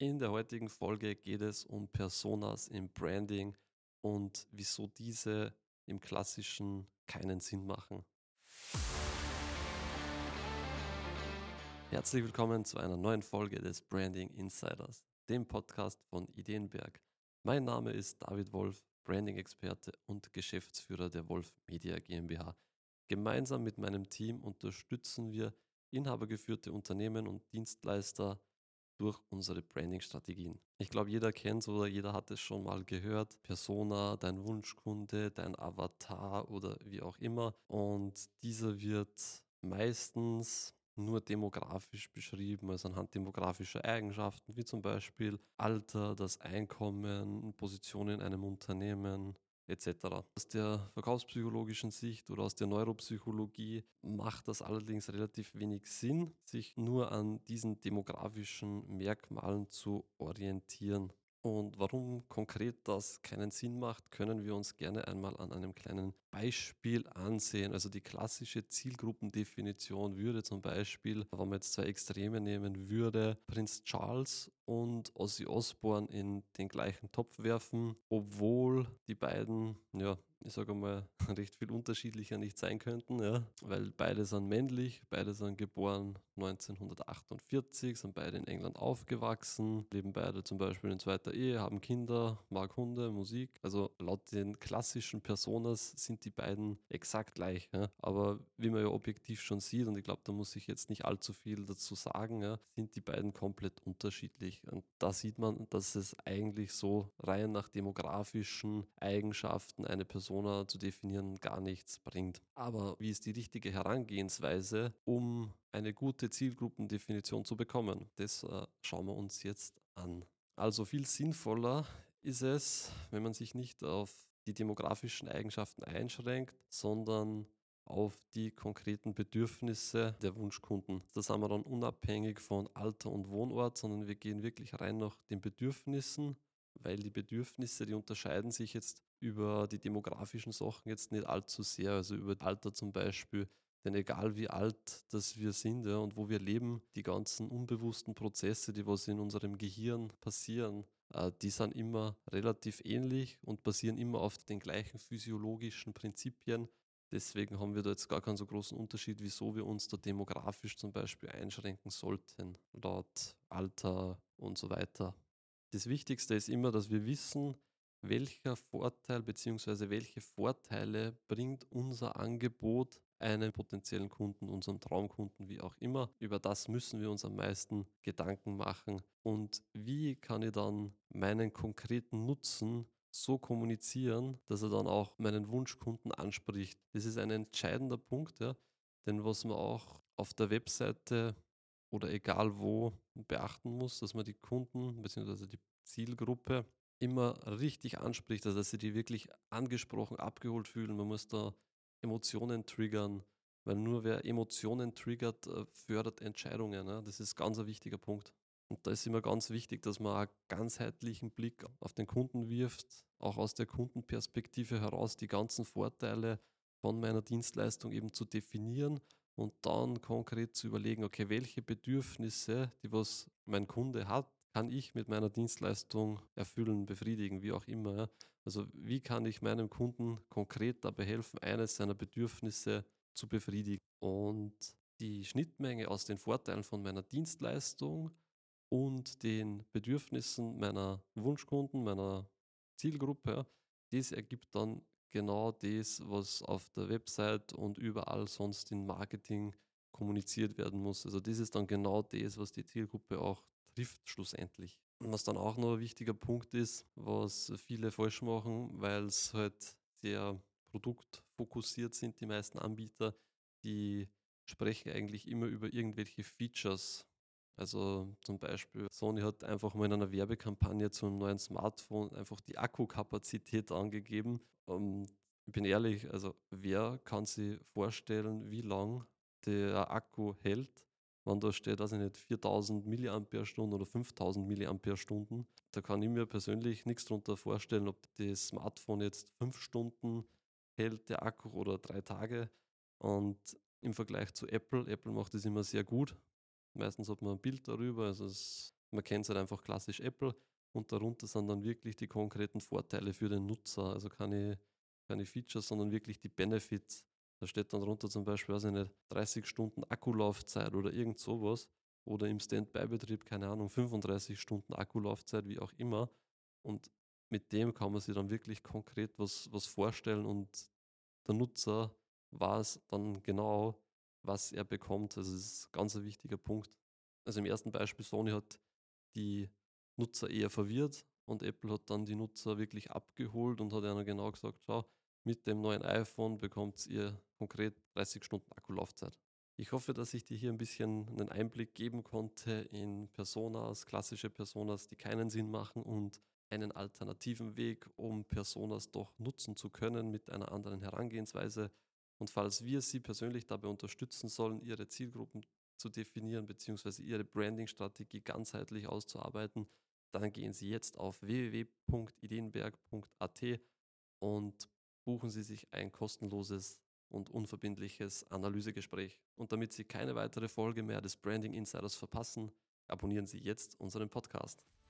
In der heutigen Folge geht es um Personas im Branding und wieso diese im Klassischen keinen Sinn machen. Herzlich willkommen zu einer neuen Folge des Branding Insiders, dem Podcast von Ideenberg. Mein Name ist David Wolf, Branding-Experte und Geschäftsführer der Wolf Media GmbH. Gemeinsam mit meinem Team unterstützen wir inhabergeführte Unternehmen und Dienstleister durch unsere Branding-Strategien. Ich glaube, jeder kennt es oder jeder hat es schon mal gehört. Persona, dein Wunschkunde, dein Avatar oder wie auch immer. Und dieser wird meistens nur demografisch beschrieben, also anhand demografischer Eigenschaften, wie zum Beispiel Alter, das Einkommen, Position in einem Unternehmen, etc. Aus der verkaufspsychologischen Sicht oder aus der Neuropsychologie macht das allerdings relativ wenig Sinn, sich nur an diesen demografischen Merkmalen zu orientieren. Und warum konkret das keinen Sinn macht, können wir uns gerne einmal an einem kleinen Beispiel ansehen. Also die klassische Zielgruppendefinition würde zum Beispiel, wenn man jetzt zwei Extreme nehmen würde, Prinz Charles und Ozzy Osbourne in den gleichen Topf werfen, obwohl die beiden, ja, ich sage mal, recht viel unterschiedlicher nicht sein könnten, ja, weil beide sind männlich, beide sind geboren 1948, sind beide in England aufgewachsen, leben beide zum Beispiel in zweiter Ehe, haben Kinder, mag Hunde, Musik. Also laut den klassischen Personas sind die beiden exakt gleich. Ja. Aber wie man ja objektiv schon sieht, und ich glaube, da muss ich jetzt nicht allzu viel dazu sagen, ja, sind die beiden komplett unterschiedlich. Und da sieht man, dass es eigentlich so rein nach demografischen Eigenschaften eine Persona zu definieren gar nichts bringt. Aber wie ist die richtige Herangehensweise, um eine gute Zielgruppendefinition zu bekommen? Das schauen wir uns jetzt an. Also viel sinnvoller ist es, wenn man sich nicht auf die demografischen Eigenschaften einschränkt, sondern auf die konkreten Bedürfnisse der Wunschkunden. Das haben wir dann unabhängig von Alter und Wohnort, sondern wir gehen wirklich rein nach den Bedürfnissen, weil die Bedürfnisse, die unterscheiden sich jetzt über die demografischen Sachen jetzt nicht allzu sehr, also über Alter zum Beispiel. Denn egal wie alt das wir sind, ja, und wo wir leben, die ganzen unbewussten Prozesse, die was in unserem Gehirn passieren, die sind immer relativ ähnlich und basieren immer auf den gleichen physiologischen Prinzipien. Deswegen haben wir da jetzt gar keinen so großen Unterschied, wieso wir uns da demografisch zum Beispiel einschränken sollten, laut Alter und so weiter. Das Wichtigste ist immer, dass wir wissen, welcher Vorteil bzw. welche Vorteile bringt unser Angebot einem potenziellen Kunden, unserem Traumkunden, wie auch immer. Über das müssen wir uns am meisten Gedanken machen. Und wie kann ich dann meinen konkreten Nutzen so kommunizieren, dass er dann auch meinen Wunschkunden anspricht? Das ist ein entscheidender Punkt, ja. Denn was man auch auf der Webseite oder egal wo beachten muss, dass man die Kunden bzw. die Zielgruppe immer richtig anspricht, also dass sie die wirklich angesprochen, abgeholt fühlen. Man muss da Emotionen triggern, weil nur wer Emotionen triggert, fördert Entscheidungen. Ja? Das ist ganz ein wichtiger Punkt. Und da ist immer ganz wichtig, dass man einen ganzheitlichen Blick auf den Kunden wirft, auch aus der Kundenperspektive heraus die ganzen Vorteile von meiner Dienstleistung eben zu definieren und dann konkret zu überlegen, okay, welche Bedürfnisse, die was mein Kunde hat, kann ich mit meiner Dienstleistung erfüllen, befriedigen, wie auch immer. Ja. Also wie kann ich meinem Kunden konkret dabei helfen, eines seiner Bedürfnisse zu befriedigen? Und die Schnittmenge aus den Vorteilen von meiner Dienstleistung und den Bedürfnissen meiner Wunschkunden, meiner Zielgruppe, ja, das ergibt dann genau das, was auf der Website und überall sonst im Marketing kommuniziert werden muss. Also das ist dann genau das, was die Zielgruppe auch trifft schlussendlich. Und was dann auch noch ein wichtiger Punkt ist, was viele falsch machen, weil es halt sehr produktfokussiert sind, die meisten Anbieter, die sprechen eigentlich immer über irgendwelche Features. Also zum Beispiel, Sony hat einfach mal in einer Werbekampagne zum neuen Smartphone einfach die Akkukapazität angegeben. Ich bin ehrlich, also wer kann sich vorstellen, wie lang der Akku hält, wenn da steht, weiß ich nicht, 4000 Milliampere-Stunden oder 5000 Milliampere-Stunden. Da kann ich mir persönlich nichts darunter vorstellen, ob das Smartphone jetzt 5 Stunden hält, der Akku, oder 3 Tage. Und im Vergleich zu Apple, Apple macht das immer sehr gut. Meistens hat man ein Bild darüber, also es Man kennt es halt einfach klassisch Apple und darunter sind dann wirklich die konkreten Vorteile für den Nutzer. Also keine Features, sondern wirklich die Benefits. Da steht dann drunter zum Beispiel, weiß ich nicht, 30 Stunden Akkulaufzeit oder irgend sowas. Oder im Standby-Betrieb, keine Ahnung, 35 Stunden Akkulaufzeit, wie auch immer. Und mit dem kann man sich dann wirklich konkret was vorstellen und der Nutzer weiß dann genau, was er bekommt. Also das ist ganz ein wichtiger Punkt. Also im ersten Beispiel, Sony hat die Nutzer eher verwirrt und Apple hat dann die Nutzer wirklich abgeholt und hat ihnen genau gesagt, schau, mit dem neuen iPhone bekommt ihr konkret 30 Stunden Akkulaufzeit. Ich hoffe, dass ich dir hier ein bisschen einen Einblick geben konnte in Personas, klassische Personas, die keinen Sinn machen und einen alternativen Weg, um Personas doch nutzen zu können mit einer anderen Herangehensweise. Und falls wir Sie persönlich dabei unterstützen sollen, Ihre Zielgruppen zu definieren bzw. Ihre Branding-Strategie ganzheitlich auszuarbeiten, dann gehen Sie jetzt auf www.ideenberg.at und buchen Sie sich ein kostenloses und unverbindliches Analysegespräch. Und damit Sie keine weitere Folge mehr des Branding Insiders verpassen, abonnieren Sie jetzt unseren Podcast.